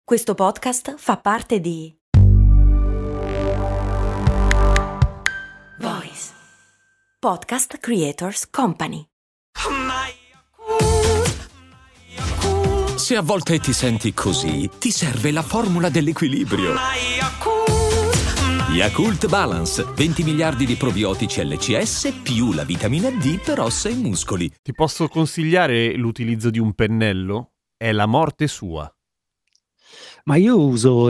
Questo podcast fa parte di Voice Podcast Creators Company. Se a volte ti senti così, ti serve la formula dell'equilibrio. Yakult Balance, 20 miliardi di probiotici LCS più la vitamina D per ossa e muscoli. Ti posso consigliare l'utilizzo di un pennello? È la morte sua. Ma io uso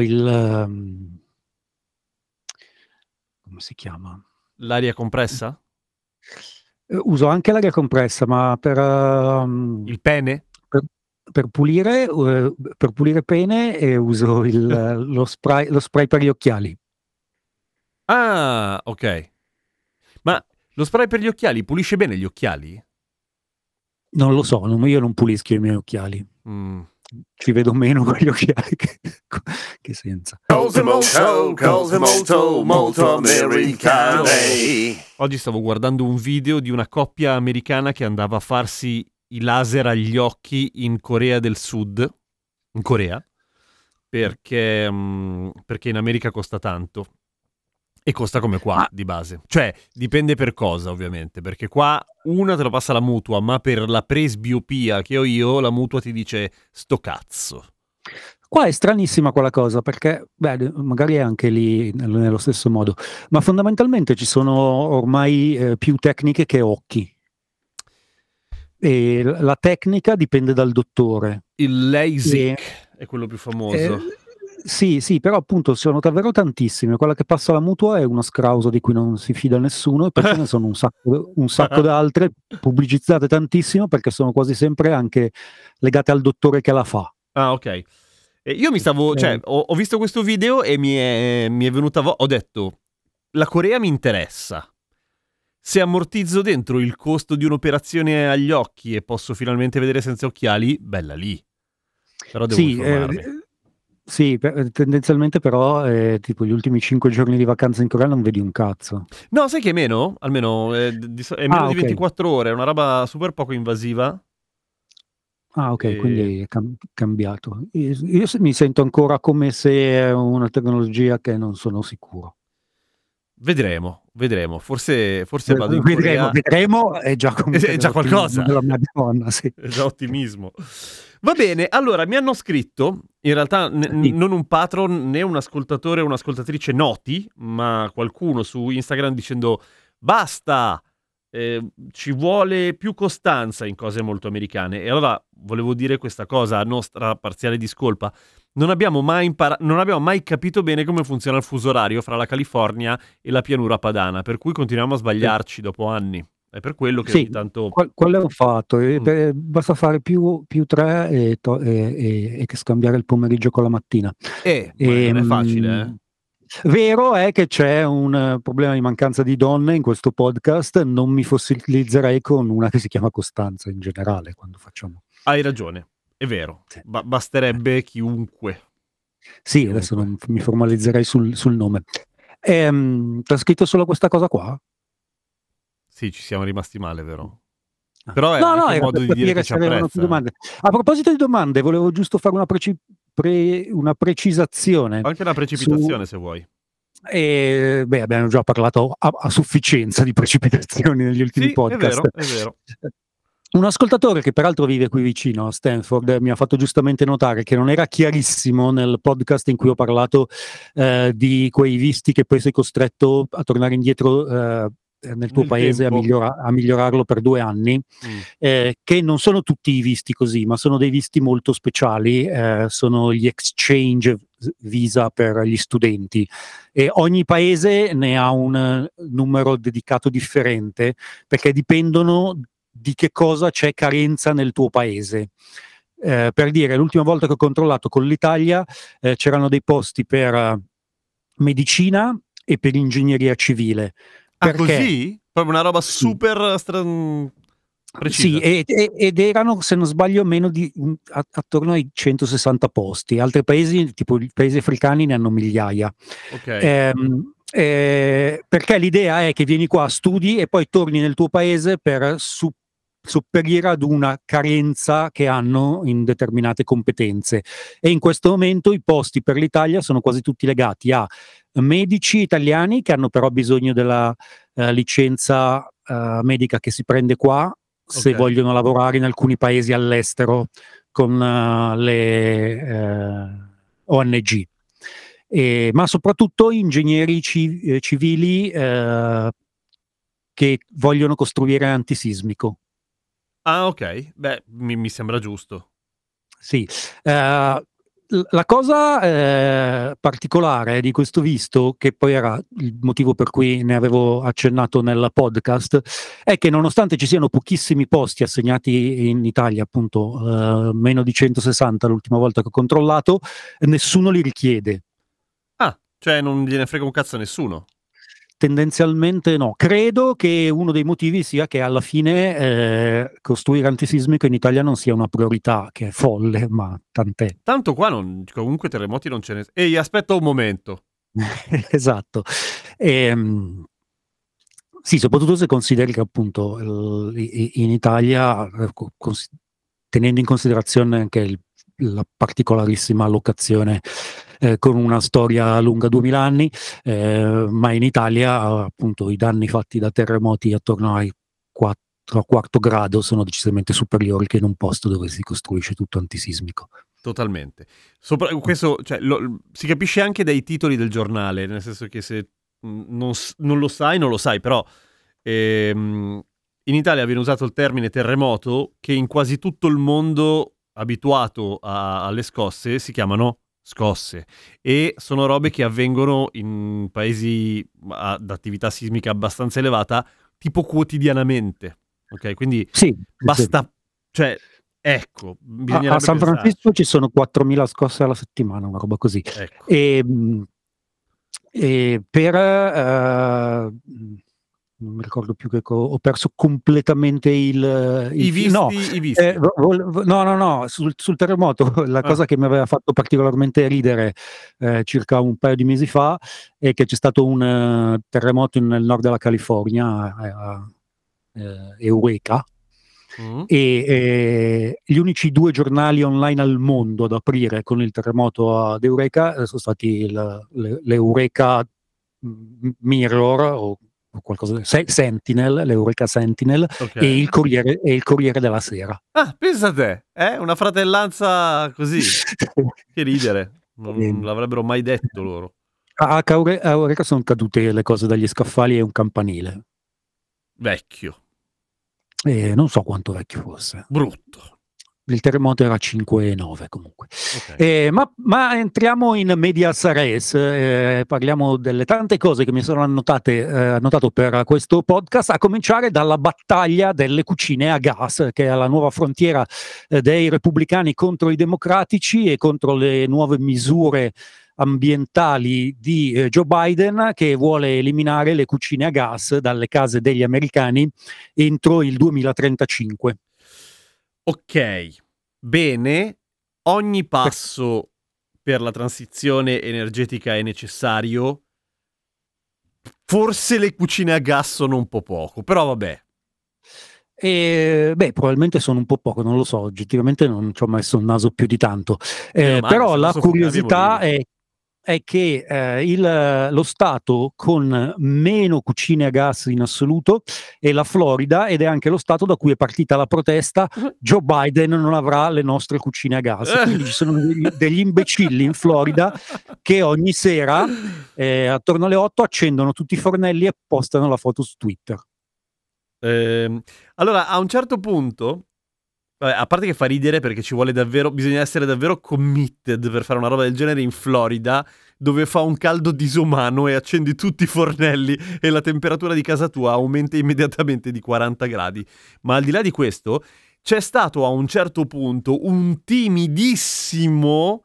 come si chiama? L'aria compressa? Uso anche l'aria compressa, ma Il pene? per pulire pene uso lo spray per gli occhiali. Ah, ok. Ma lo spray per gli occhiali pulisce bene gli occhiali? Non lo so, io non pulisco i miei occhiali. Ci vedo meno con gli occhiali che senza. Cose molto americane. Oggi stavo guardando un video di una coppia americana che andava a farsi i laser agli occhi in Corea del Sud, in Corea, perché in America costa tanto. E costa come qua, di base. Cioè, dipende per cosa, ovviamente, perché qua una te lo passa la mutua, ma per la presbiopia che ho io, la mutua ti dice sto cazzo. Qua è stranissima quella cosa, perché magari è anche lì nello stesso modo, ma fondamentalmente ci sono ormai più tecniche che occhi. E la tecnica dipende dal dottore. Il LASIK è quello più famoso. Sì, però appunto sono davvero tantissime. Quella che passa la mutua è uno scrauso di cui non si fida nessuno, e poi ce ne sono un sacco d'altre pubblicizzate tantissimo, perché sono quasi sempre anche legate al dottore che la fa. Ah, ok. Io mi stavo, ho visto questo video e mi è venuta ho detto, la Corea mi interessa. Se ammortizzo dentro il costo di un'operazione agli occhi e posso finalmente vedere senza occhiali, bella lì. Però devo informarmi. Sì, tendenzialmente però tipo gli ultimi 5 giorni di vacanza in Corea non vedi un cazzo. No, sai che è meno? Almeno è meno di 24 ore, è una roba super poco invasiva. Ah, ok, quindi è cambiato. Io mi sento ancora come se è una tecnologia che non sono sicuro. Vedremo. Forse vado in Corea. Vedremo, è già qualcosa. Della mia donna, sì. È già ottimismo. Va bene, allora mi hanno scritto, in realtà non un patron né un ascoltatore o un'ascoltatrice noti, ma qualcuno su Instagram dicendo basta, ci vuole più costanza in cose molto americane. E allora volevo dire questa cosa a nostra parziale discolpa. Non abbiamo mai capito bene come funziona il fuso orario fra la California e la pianura padana, per cui continuiamo a sbagliarci dopo anni. È per quello che ogni tanto... quello è un fatto. Basta fare più 3 e scambiare il pomeriggio con la mattina. Non è facile, Vero è che c'è un problema di mancanza di donne in questo podcast. Non mi fossilizzerei con una che si chiama Costanza in generale quando facciamo. Hai ragione, è vero. Basterebbe chiunque. Sì, adesso non mi formalizzerei sul nome. T'ha scritto solo questa cosa qua? Sì, ci siamo rimasti male, vero? Però è no, un modo di dire che ci apprezza. Domande. A proposito di domande, volevo giusto fare una precisazione. Anche una precipitazione, se vuoi. Abbiamo già parlato a sufficienza di precipitazioni negli ultimi podcast. È vero. Un ascoltatore che peraltro vive qui vicino a Stanford mi ha fatto giustamente notare che non era chiarissimo nel podcast in cui ho parlato di quei visti che poi sei costretto a tornare indietro nel tuo paese a migliorarlo per 2 anni, che non sono tutti i visti così, ma sono dei visti molto speciali, sono gli exchange visa per gli studenti, e ogni paese ne ha un numero dedicato differente, perché dipendono di che cosa c'è carenza nel tuo paese. Per dire, l'ultima volta che ho controllato con l'Italia c'erano dei posti per medicina e per ingegneria civile. Così? Proprio una roba super precisa. Sì, ed erano, se non sbaglio, meno di attorno ai 160 posti. Altri paesi, tipo i paesi africani, ne hanno migliaia. Ok. Perché l'idea è che vieni qua, studi e poi torni nel tuo paese per sopperire ad una carenza che hanno in determinate competenze. E in questo momento i posti per l'Italia sono quasi tutti legati a medici italiani che hanno però bisogno della licenza medica che si prende qua se vogliono lavorare in alcuni paesi all'estero con le ONG. Ma soprattutto ingegneri civili che vogliono costruire antisismico. Ah, ok. Beh, mi sembra giusto. Sì. La cosa particolare di questo visto, che poi era il motivo per cui ne avevo accennato nel podcast, è che nonostante ci siano pochissimi posti assegnati in Italia, appunto meno di 160 l'ultima volta che ho controllato, nessuno li richiede. Ah, cioè non gliene frega un cazzo a nessuno. Tendenzialmente no. Credo che uno dei motivi sia che alla fine costruire antisismico in Italia non sia una priorità, che è folle, ma tant'è. Tanto qua comunque terremoti non ce ne... Ehi, aspetta un momento. Esatto. Sì, soprattutto se consideri che appunto in Italia, tenendo in considerazione anche la particolarissima locazione con una storia lunga 2000 anni, ma in Italia appunto i danni fatti da terremoti attorno ai 4 grado sono decisamente superiori che in un posto dove si costruisce tutto antisismico. Totalmente. Questo, cioè, si capisce anche dai titoli del giornale, nel senso che se non lo sai, però in Italia viene usato il termine terremoto che in quasi tutto il mondo abituato alle scosse si chiamano scosse, e sono robe che avvengono in paesi ad attività sismica abbastanza elevata tipo quotidianamente, ok? Quindi sì, basta, sì. cioè ecco, a San Francisco ci sono 4.000 scosse alla settimana, una roba così. Ecco. E per non mi ricordo più che ho perso completamente i visti. No, sul terremoto la cosa che mi aveva fatto particolarmente ridere circa un paio di mesi fa è che c'è stato un terremoto nel nord della California, Eureka, e gli unici 2 giornali online al mondo ad aprire con il terremoto ad Eureka sono stati l'Eureka Mirror o qualcosa, Sentinel, l'Eureka Sentinel, e il Corriere della Sera. Ah, pensa a te, una fratellanza così. Che ridere, non l'avrebbero mai detto loro. A Eureka sono cadute le cose dagli scaffali e un campanile. Vecchio. Non so quanto vecchio fosse. Brutto. Il terremoto era 5,9 comunque. Ma entriamo in medias res, parliamo delle tante cose che mi sono annotato per questo podcast, a cominciare dalla battaglia delle cucine a gas, che è la nuova frontiera dei repubblicani contro i democratici e contro le nuove misure ambientali di Joe Biden, che vuole eliminare le cucine a gas dalle case degli americani entro il 2035. Ok, bene, ogni passo per la transizione energetica è necessario. Forse le cucine a gas sono un po' poco, però vabbè. Probabilmente sono un po' poco, non lo so, oggettivamente non ci ho messo il naso più di tanto. Però la curiosità è che lo Stato con meno cucine a gas in assoluto è la Florida, ed è anche lo Stato da cui è partita la protesta Joe Biden non avrà le nostre cucine a gas. Quindi ci sono degli imbecilli in Florida che ogni sera attorno alle 8 accendono tutti i fornelli e postano la foto su Twitter. Allora, a un certo punto, a parte che fa ridere perché bisogna essere davvero committed per fare una roba del genere in Florida, dove fa un caldo disumano e accendi tutti i fornelli e la temperatura di casa tua aumenta immediatamente di 40 gradi. Ma al di là di questo, c'è stato a un certo punto un timidissimo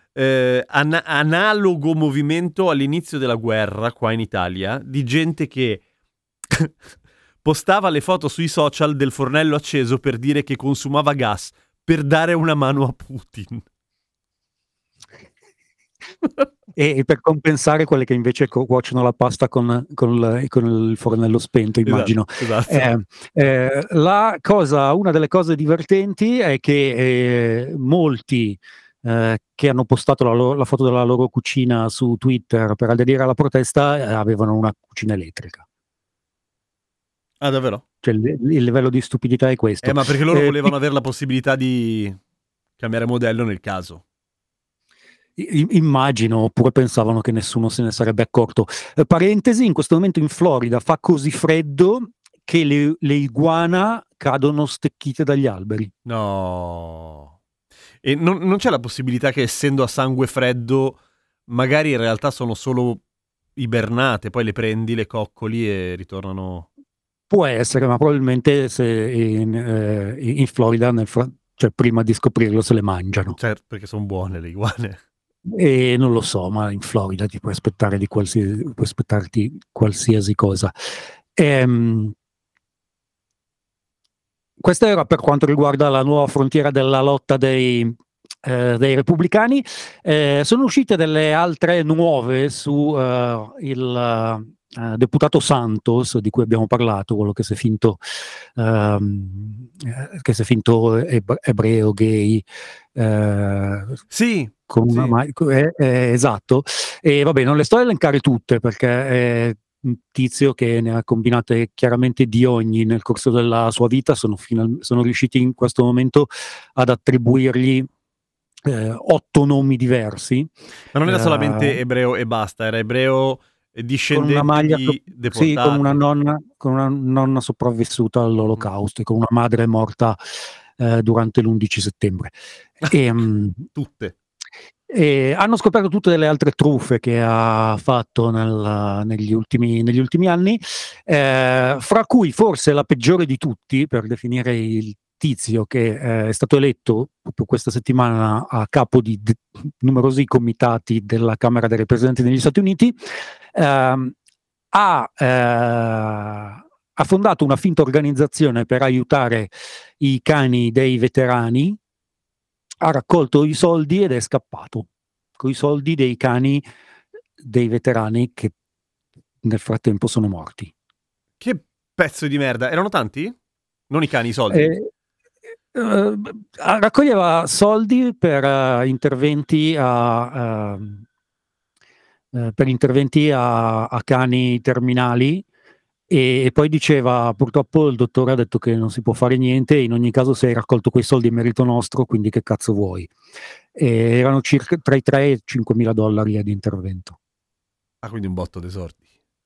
analogo movimento all'inizio della guerra qua in Italia, di gente che postava le foto sui social del fornello acceso per dire che consumava gas per dare una mano a Putin. e per compensare quelle che invece cuociono la pasta con il fornello spento, immagino. Esatto. Una delle cose divertenti è che molti che hanno postato la foto della loro cucina su Twitter per aderire alla protesta avevano una cucina elettrica. Ah, davvero? Cioè il livello di stupidità è questo. Ma perché loro volevano avere la possibilità di cambiare modello nel caso. Immagino, oppure pensavano che nessuno se ne sarebbe accorto. Parentesi, in questo momento in Florida fa così freddo che le iguana cadono stecchite dagli alberi. No. E non c'è la possibilità che, essendo a sangue freddo, magari in realtà sono solo ibernate, poi le prendi, le coccoli e ritornano... Può essere, ma probabilmente se in Florida, cioè prima di scoprirlo, se le mangiano. Certo, perché sono buone le iguane. E non lo so, ma in Florida ti puoi aspettarti qualsiasi cosa. Questo era per quanto riguarda la nuova frontiera della lotta dei repubblicani. Sono uscite delle altre nuove su il deputato Santos, di cui abbiamo parlato, quello che si è finto ebreo, gay. Sì, Con una esatto. E vabbè, non le sto a elencare tutte perché è un tizio che ne ha combinate chiaramente di ogni nel corso della sua vita. Sono riusciti in questo momento ad attribuirgli 8 nomi diversi. Ma non era solamente ebreo e basta, era ebreo discendente di deportati. Sì, con una nonna sopravvissuta all'Olocausto e con una madre morta durante l'11 settembre. Tutte. E hanno scoperto tutte delle altre truffe che ha fatto negli ultimi anni, fra cui forse la peggiore di tutti, per definire il tizio che è stato eletto proprio questa settimana a capo di numerosi comitati della Camera dei Rappresentanti negli Stati Uniti. Ha fondato una finta organizzazione per aiutare i cani dei veterani, ha raccolto i soldi ed è scappato con i soldi dei cani dei veterani che nel frattempo sono morti. Che pezzo di merda! Erano tanti? Non i cani, i soldi? Raccoglieva soldi per interventi a cani terminali e poi diceva: purtroppo il dottore ha detto che non si può fare niente, in ogni caso se hai raccolto quei soldi è merito nostro, quindi che cazzo vuoi? Erano circa tra i 3 e i $5.000 di intervento. Ah, quindi un botto d'esordi.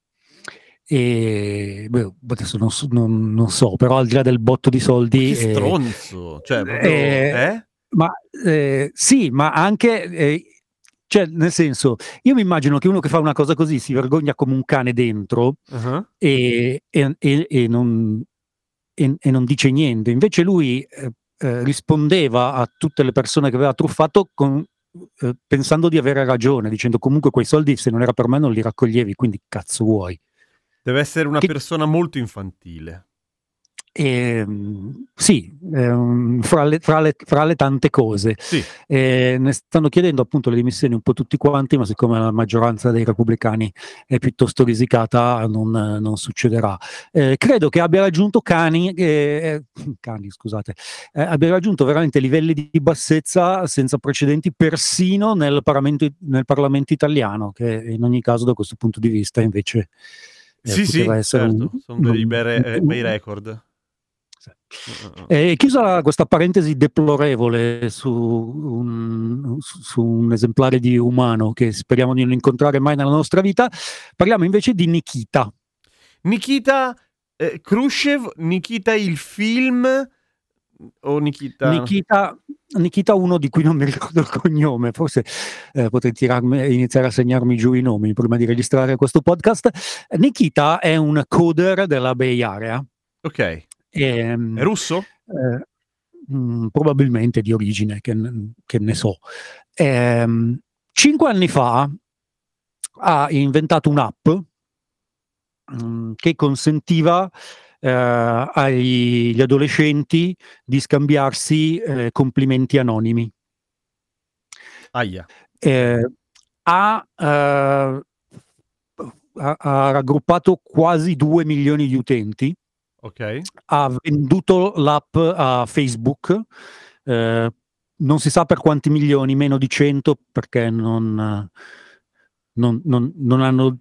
E adesso non so, però al di là del botto di soldi, che stronzo, cioè proprio, ma sì, ma anche cioè, nel senso, io mi immagino che uno che fa una cosa così si vergogna come un cane dentro e non dice niente. Invece lui rispondeva a tutte le persone che aveva truffato pensando di avere ragione, dicendo: comunque quei soldi, se non era per me, non li raccoglievi, quindi cazzo vuoi? Deve essere una persona molto infantile. Sì, fra le tante cose. Sì. Ne stanno chiedendo appunto le dimissioni un po' tutti quanti, ma siccome la maggioranza dei repubblicani è piuttosto risicata, non succederà. Credo che abbia raggiunto abbia raggiunto veramente livelli di bassezza senza precedenti persino nel Parlamento italiano, che in ogni caso da questo punto di vista invece poteva essere certo, sono dei bei record. Chiusa questa parentesi deplorevole su un esemplare di umano che speriamo di non incontrare mai nella nostra vita, parliamo invece di Nikita. Nikita Khrushchev, Nikita il film o Nikita... Nikita uno di cui non mi ricordo il cognome, forse potrei iniziare a segnarmi giù i nomi prima di registrare questo podcast. Nikita è un coder della Bay Area. Ok. È russo? Probabilmente di origine, che ne so. 5 anni fa ha inventato un'app che consentiva agli adolescenti di scambiarsi complimenti anonimi. Aia. ha raggruppato quasi 2 milioni di utenti, Ok. ha venduto l'app a Facebook, non si sa per quanti milioni, meno di 100, perché non hanno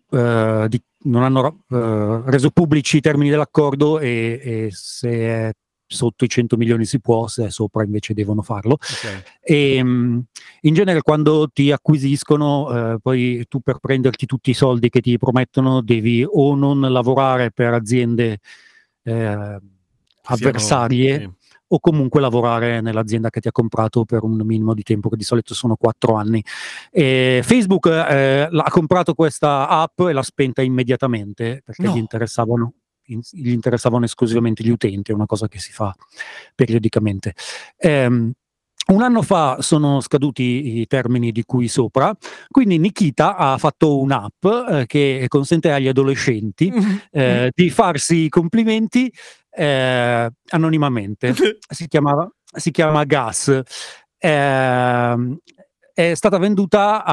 reso pubblici i termini dell'accordo, e se è sotto i 100 milioni si può, se è sopra invece devono farlo. Ok. E in genere quando ti acquisiscono, poi tu per prenderti tutti i soldi che ti promettono devi o non lavorare per aziende avversarie, Sì. o comunque lavorare nell'azienda che ti ha comprato per un minimo di tempo, che di solito sono 4 anni. Facebook ha comprato questa app e l'ha spenta immediatamente, perché No. gli interessavano esclusivamente gli utenti, è una cosa che si fa periodicamente. Un anno fa sono scaduti i termini di cui sopra, quindi Nikita ha fatto un'app che consente agli adolescenti di farsi i complimenti anonimamente. Si chiama Gas. È stata venduta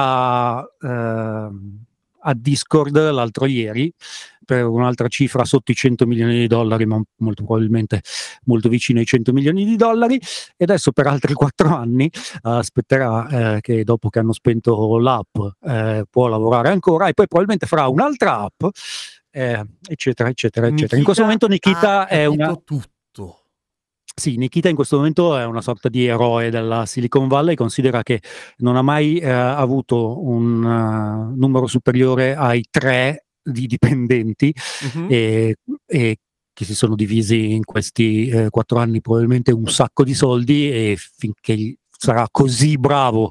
a Discord l'altro ieri per un'altra cifra sotto i 100 milioni di dollari, ma molto probabilmente molto vicino ai 100 milioni di dollari, e adesso per altri 4 anni aspetterà che dopo che hanno spento l'app può lavorare ancora, e poi probabilmente farà un'altra app, eccetera, eccetera, eccetera. In questo momento Nikita è una... tutto. Sì, Nikita in questo momento è una sorta di eroe della Silicon Valley. Considera che non ha mai avuto un numero superiore ai 3 di dipendenti, e che si sono divisi in questi 4 anni probabilmente un sacco di soldi, e finché sarà così bravo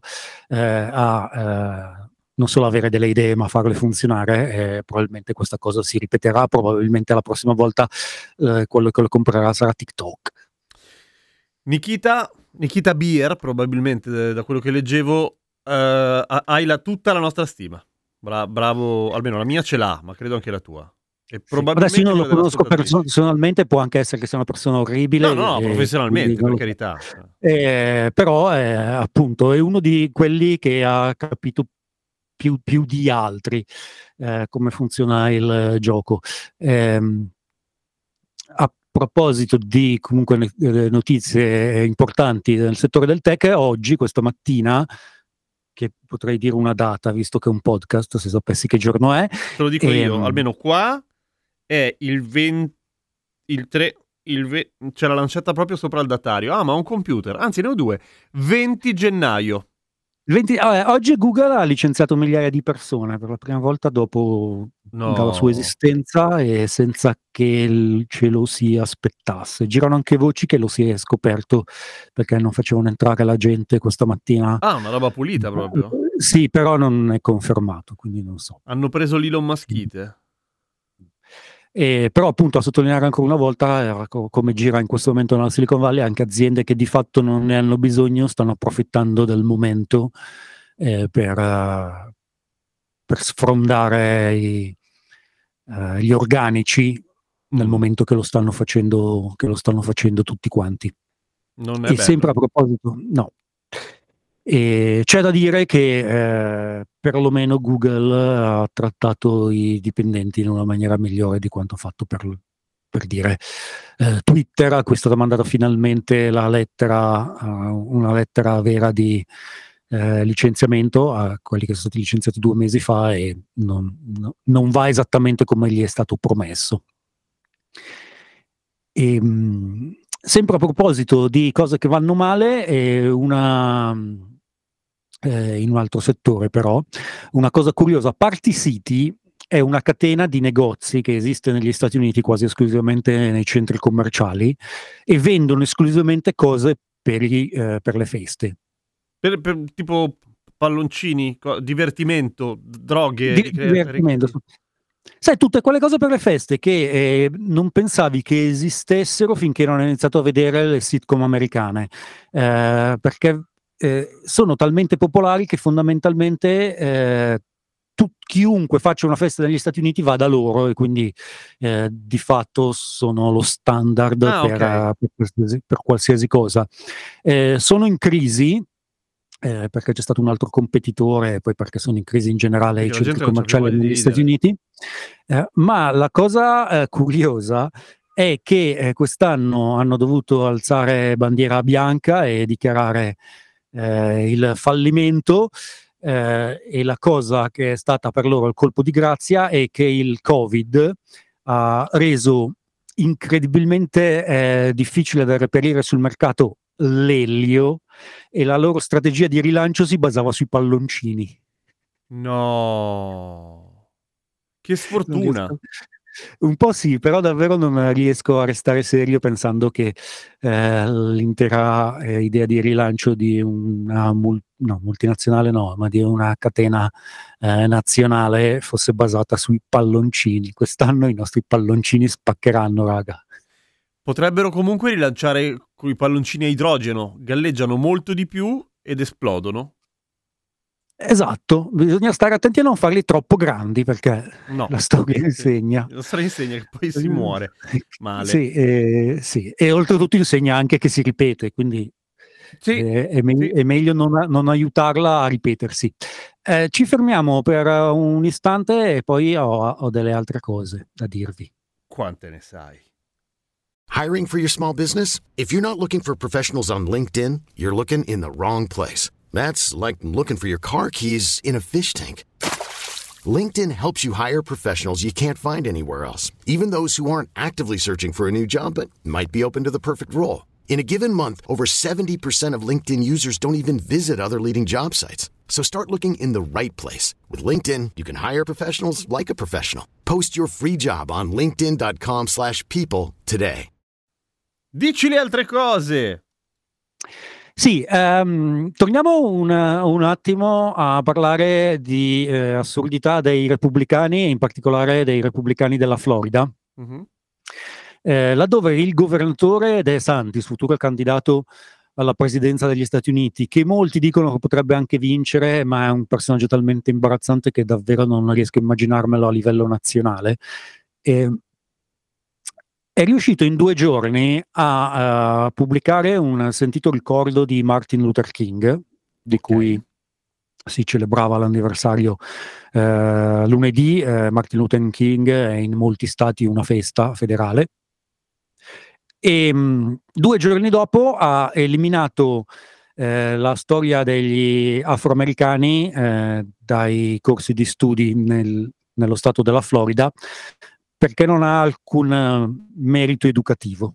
a non solo avere delle idee ma farle funzionare, probabilmente questa cosa si ripeterà. Probabilmente la prossima volta quello che lo comprerà sarà TikTok. Nikita Beer, probabilmente, da quello che leggevo, hai tutta la nostra stima. Bravo, almeno la mia ce l'ha, ma credo anche la tua. E probabilmente Adesso io non lo quella conosco dell'ascoltatrice. personalmente, può anche essere che sia una persona orribile. No, professionalmente, per Quindi carità. però appunto è uno di quelli che ha capito più di altri come funziona il gioco. A proposito di comunque notizie importanti nel settore del tech, oggi, questa mattina, che potrei dire una data visto che è un podcast, se sapessi che giorno è. Te lo dico io, almeno qua è il 20, il 3, c'è la lancetta proprio sopra il datario. Ah, ma ho un computer, anzi ne ho 2. 20 gennaio. Oggi Google ha licenziato migliaia di persone per la prima volta dalla sua esistenza, e senza che ce lo si aspettasse. Girano anche voci che lo si è scoperto perché non facevano entrare la gente questa mattina. Ah, una roba pulita proprio. Sì, però non è confermato, quindi non so. Hanno preso l'Elon Muskite. Però appunto, a sottolineare ancora una volta come gira in questo momento nella Silicon Valley, anche aziende che di fatto non ne hanno bisogno stanno approfittando del momento per sfrondare gli organici nel momento che lo stanno facendo tutti quanti. Non è E bello. sempre a proposito, no. E c'è da dire che perlomeno Google ha trattato i dipendenti in una maniera migliore di quanto fatto per dire Twitter, a cui è stata mandata finalmente una lettera vera di licenziamento a quelli che sono stati licenziati 2 mesi fa, e non va esattamente come gli è stato promesso. Sempre a proposito di cose che vanno male, in un altro settore però, una cosa curiosa: Party City è una catena di negozi che esiste negli Stati Uniti quasi esclusivamente nei centri commerciali, e vendono esclusivamente cose per le feste. Per tipo palloncini, divertimento, droghe. Divertimento. Sai, tutte quelle cose per le feste che non pensavi che esistessero finché non hai iniziato a vedere le sitcom americane, perché sono talmente popolari che fondamentalmente chiunque faccia una festa negli Stati Uniti va da loro, e quindi di fatto sono lo standard per qualsiasi cosa. Sono in crisi, perché c'è stato un altro competitore, e poi perché sono in crisi in generale i Perché la centri gente non c'ha più commerciali voglia di negli Stati ridere. Uniti. Ma la cosa curiosa è che quest'anno hanno dovuto alzare bandiera bianca e dichiarare il fallimento, e la cosa che è stata per loro il colpo di grazia è che il Covid ha reso incredibilmente difficile da reperire sul mercato l'elio, e la loro strategia di rilancio si basava sui palloncini. No. Che Non sfortuna. riesco, un po' sì, però davvero non riesco a restare serio pensando che l'intera idea di rilancio di una multinazionale no, ma di una catena nazionale fosse basata sui palloncini. Quest'anno i nostri palloncini spaccheranno, raga. Potrebbero comunque rilanciare quei palloncini a idrogeno, galleggiano molto di più ed esplodono. Esatto, bisogna stare attenti a non farli troppo grandi, perché No. la storia insegna. La storia insegna che poi si muore male. Sì, sì, e oltretutto insegna anche che si ripete, quindi Sì, è sì. meglio non aiutarla a ripetersi. Ci fermiamo per un istante e poi ho delle altre cose da dirvi. Quante ne sai? Hiring for your small business? If you're not looking for professionals on LinkedIn, you're looking in the wrong place. That's like looking for your car keys in a fish tank. LinkedIn helps you hire professionals you can't find anywhere else, even those who aren't actively searching for a new job but might be open to the perfect role. In a given month, over 70% of LinkedIn users don't even visit other leading job sites. So start looking in the right place. With LinkedIn, you can hire professionals like a professional. Post your free job on linkedin.com/people today. Dici le altre cose! Sì, torniamo un attimo a parlare di assurdità dei repubblicani, e in particolare dei repubblicani della Florida, laddove il governatore DeSantis, futuro candidato alla presidenza degli Stati Uniti, che molti dicono che potrebbe anche vincere, ma è un personaggio talmente imbarazzante che davvero non riesco a immaginarmelo a livello nazionale, è riuscito in 2 giorni a pubblicare un sentito ricordo di Martin Luther King, di cui si celebrava l'anniversario lunedì. Martin Luther King è in molti stati una festa federale. E 2 giorni dopo ha eliminato la storia degli afroamericani dai corsi di studi nello stato della Florida, perché non ha alcun merito educativo.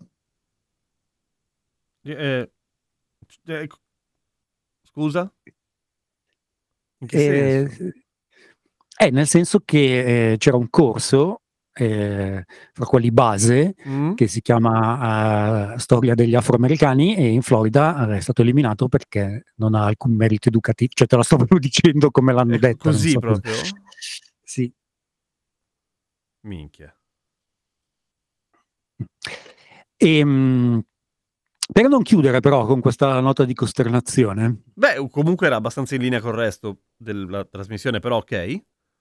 Scusa? In che senso? Nel senso che c'era un corso fra quelli base che si chiama Storia degli afroamericani, e in Florida è stato eliminato perché non ha alcun merito educativo. Cioè, te la sto proprio dicendo come l'hanno detta. Così so proprio? Sì. Minchia. Per non chiudere però con questa nota di costernazione. Beh, comunque era abbastanza in linea con il resto della trasmissione, però ok.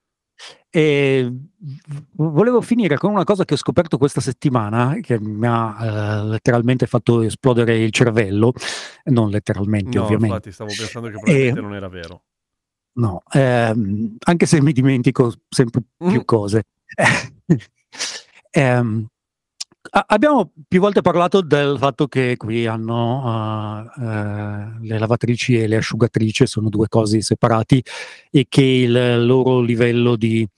Volevo finire con una cosa che ho scoperto questa settimana, che mi ha letteralmente fatto esplodere il cervello, non letteralmente, No, ovviamente. infatti stavo pensando che probabilmente non era vero. No, anche se mi dimentico sempre più cose. Abbiamo più volte parlato del fatto che qui hanno le lavatrici e le asciugatrici, sono 2 cose separati, e che il loro livello di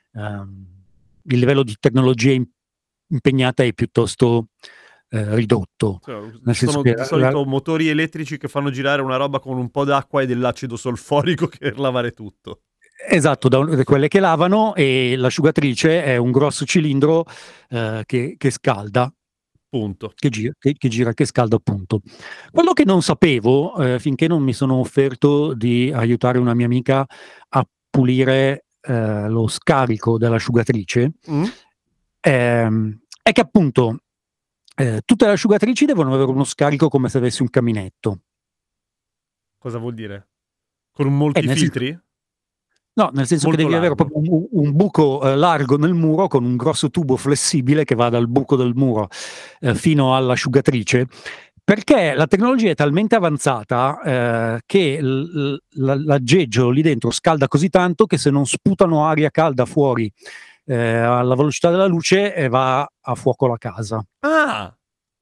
tecnologia impegnata è piuttosto ridotto. Nel senso Sono che di solito motori elettrici che fanno girare una roba con un po' d'acqua e dell'acido solforico per lavare tutto. Esatto, da quelle che lavano, e l'asciugatrice è un grosso cilindro che scalda. Punto. Che gira, che scalda, appunto. Quello che non sapevo, finché non mi sono offerto di aiutare una mia amica a pulire lo scarico dell'asciugatrice, è che appunto tutte le asciugatrici devono avere uno scarico come se avessi un caminetto. Cosa vuol dire? Con molti filtri? No, nel senso molto che devi largo. avere proprio un buco largo nel muro, con un grosso tubo flessibile che va dal buco del muro fino all'asciugatrice, Perché la tecnologia è talmente avanzata che l'aggeggio lì dentro scalda così tanto che se non sputano aria calda fuori alla velocità della luce va a fuoco la casa. Ah!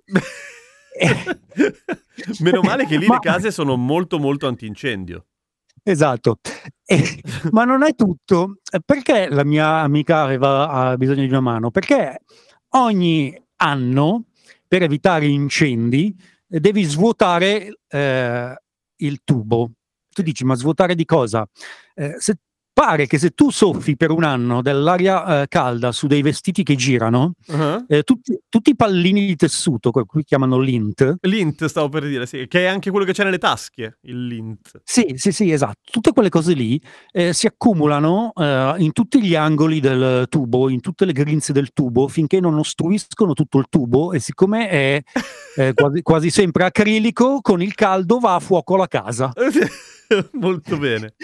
Meno male che lì le case sono molto molto antincendio. Esatto, ma non è tutto. Perché la mia amica ha bisogno di una mano? Perché ogni anno, per evitare incendi, devi svuotare il tubo. Tu dici, ma svuotare di cosa? Pare che se tu soffi per un anno dell'aria calda su dei vestiti che girano, tutti i pallini di tessuto, qui chiamano lint. Lint, stavo per dire, sì, che è anche quello che c'è nelle tasche, il lint. Sì, esatto. Tutte quelle cose lì si accumulano in tutti gli angoli del tubo, in tutte le grinze del tubo, finché non ostruiscono tutto il tubo, e siccome è quasi sempre acrilico, con il caldo va a fuoco la casa. Molto bene.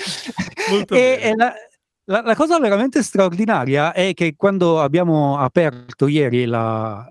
La cosa veramente straordinaria è che quando abbiamo aperto ieri il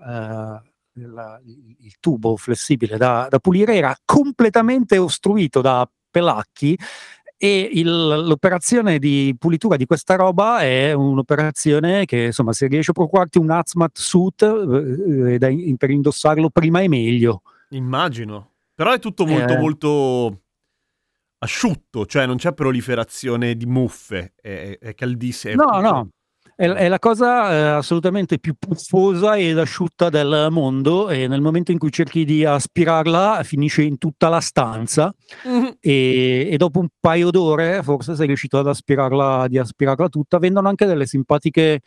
tubo flessibile da pulire, era completamente ostruito da pelacchi, e l'operazione di pulitura di questa roba è un'operazione che, insomma, se riesci a procurarti un hazmat suit per indossarlo prima è meglio. Immagino. Però è tutto molto molto asciutto, cioè non c'è proliferazione di muffe, è caldissimo. No, è la cosa assolutamente più puffosa ed asciutta del mondo, e nel momento in cui cerchi di aspirarla finisce in tutta la stanza, e dopo un paio d'ore forse sei riuscito ad aspirarla tutta. Vendono anche delle simpatiche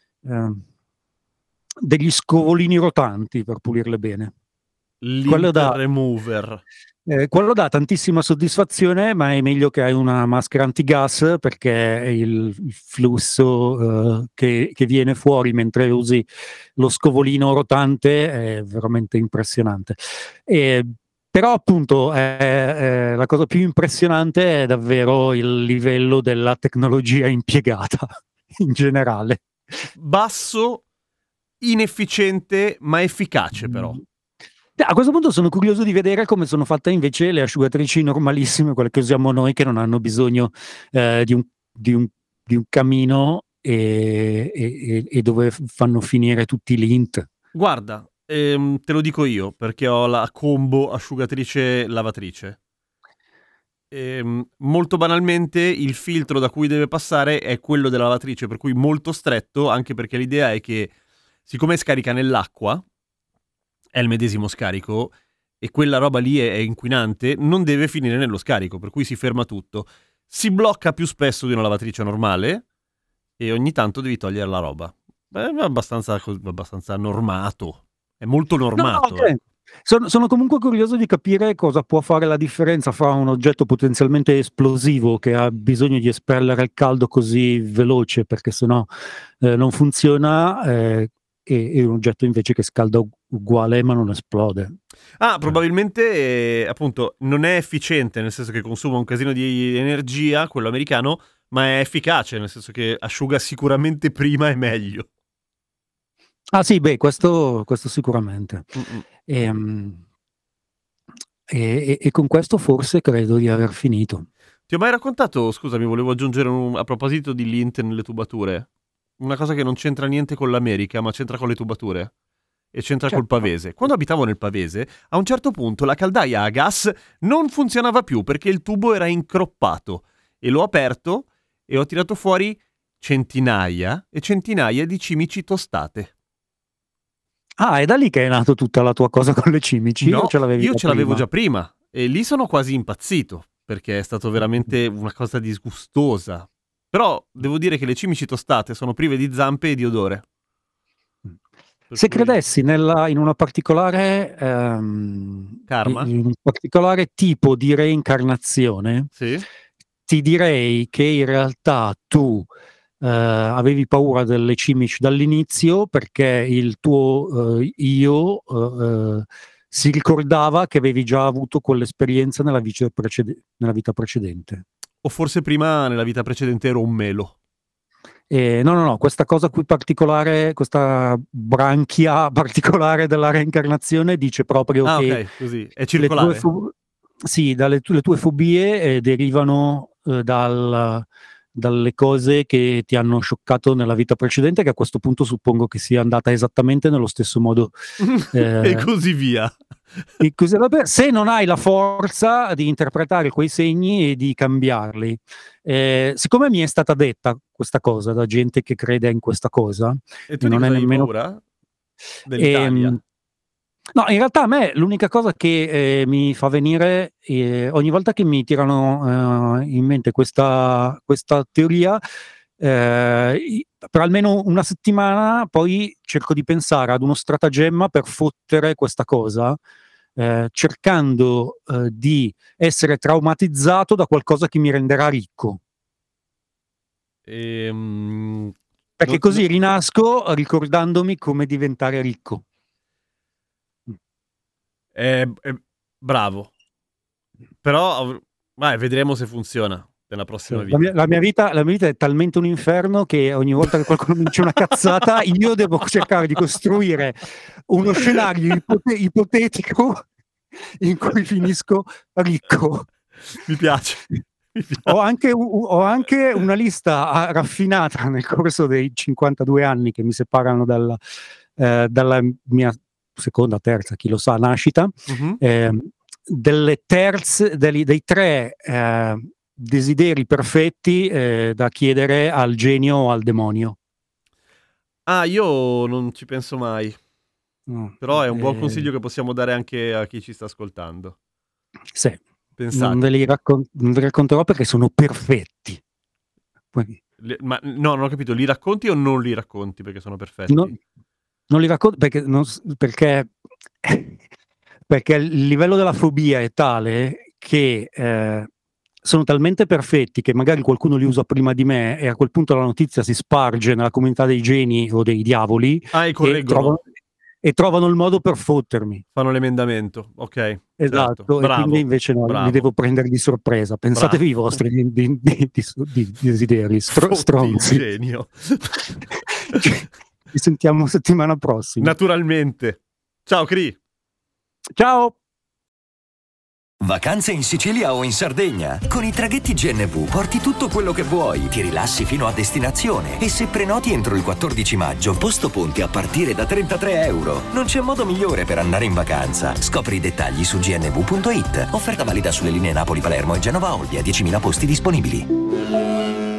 degli scovolini rotanti per pulirle bene. Lint remover. Quello dà tantissima soddisfazione, ma è meglio che hai una maschera antigas, perché il flusso che viene fuori mentre usi lo scovolino rotante è veramente impressionante. Però appunto la cosa più impressionante è davvero il livello della tecnologia impiegata in generale. Basso, inefficiente, ma efficace però. A questo punto sono curioso di vedere come sono fatte invece le asciugatrici normalissime, quelle che usiamo noi, che non hanno bisogno di un camino e dove fanno finire tutti i lint. Guarda, te lo dico io, perché ho la combo asciugatrice lavatrice. Molto banalmente il filtro da cui deve passare è quello della lavatrice, per cui molto stretto, anche perché l'idea è che, siccome scarica nell'acqua, è il medesimo scarico, e quella roba lì è inquinante, non deve finire nello scarico, per cui si ferma tutto. Si blocca più spesso di una lavatrice normale, e ogni tanto devi togliere la roba. È abbastanza normato. È molto normato. No, okay. Sono comunque curioso di capire cosa può fare la differenza fra un oggetto potenzialmente esplosivo che ha bisogno di espellere il caldo così veloce, perché sennò non funziona, e un oggetto invece che scalda uguale ma non esplode. Probabilmente appunto non è efficiente, nel senso che consuma un casino di energia, quello americano, ma è efficace, nel senso che asciuga sicuramente prima e meglio. Ah sì, beh, questo sicuramente. E con questo forse credo di aver finito. Ti ho mai raccontato, scusami, volevo aggiungere a proposito di lint nelle tubature, una cosa che non c'entra niente con l'America, ma c'entra con le tubature. E c'entra col pavese. Quando abitavo nel pavese, a un certo punto la caldaia a gas non funzionava più perché il tubo era incroppato, e l'ho aperto e ho tirato fuori centinaia e centinaia di cimici tostate. Ah, è da lì che è nato tutta la tua cosa con le cimici? No, o ce l'avevi io ce l'avevo prima? già prima, e lì sono quasi impazzito, perché è stato veramente una cosa disgustosa. Però devo dire che le cimici tostate sono prive di zampe e di odore. Se credessi in una particolare Karma? in un particolare tipo di reincarnazione, Sì? ti direi che in realtà tu avevi paura delle cimici dall'inizio, perché il tuo io si ricordava che avevi già avuto quell'esperienza nella vita precedente. O forse prima nella vita precedente ero un melo. No, questa cosa qui particolare, questa branchia particolare della reincarnazione dice proprio che ok, così, è circolare. sì, le tue fobie derivano dalle cose che ti hanno scioccato nella vita precedente, che a questo punto suppongo che sia andata esattamente nello stesso modo. E così via. E così, vabbè, se non hai la forza di interpretare quei segni e di cambiarli. Siccome mi è stata detta questa cosa da gente che crede in questa cosa, E tu non di è cosa hai nemmeno paura? Dell'Italia? no, in realtà a me l'unica cosa che mi fa venire ogni volta che mi tirano in mente questa teoria, per almeno una settimana poi cerco di pensare ad uno stratagemma per fottere questa cosa, cercando di essere traumatizzato da qualcosa che mi renderà ricco. Perché così rinasco ricordandomi come diventare ricco. Bravo. Però vedremo se funziona nella prossima vita. La mia vita è talmente un inferno che ogni volta che qualcuno mi dice una cazzata io devo cercare di costruire uno scenario ipotetico in cui finisco ricco. Mi piace. Ho anche una lista raffinata nel corso dei 52 anni che mi separano dalla mia seconda, terza, chi lo sa, nascita, dei 3 desideri perfetti da chiedere al genio o al demonio. Io non ci penso mai. Però è un buon consiglio che possiamo dare anche a chi ci sta ascoltando. Sì. Pensate. Non ve li racconterò perché sono perfetti. Ma no, non ho capito, li racconti o non li racconti perché sono perfetti? Non li racconto perché il livello della fobia è tale che sono talmente perfetti che magari qualcuno li usa prima di me e a quel punto la notizia si sparge nella comunità dei geni o dei diavoli e trovano il modo per fottermi. Fanno l'emendamento, ok. Esatto, certo. Bravo, e quindi invece no, li devo prendere di sorpresa. Pensatevi i vostri desideri, stronzi. Genio. Ci sentiamo settimana prossima. Naturalmente. Ciao Cri. Ciao. Vacanze in Sicilia o in Sardegna? Con i traghetti GNV porti tutto quello che vuoi, ti rilassi fino a destinazione e se prenoti entro il 14 maggio, posto ponti a partire da €33. Non c'è modo migliore per andare in vacanza. Scopri i dettagli su gnv.it. Offerta valida sulle linee Napoli-Palermo e Genova-Olbia, 10.000 posti disponibili.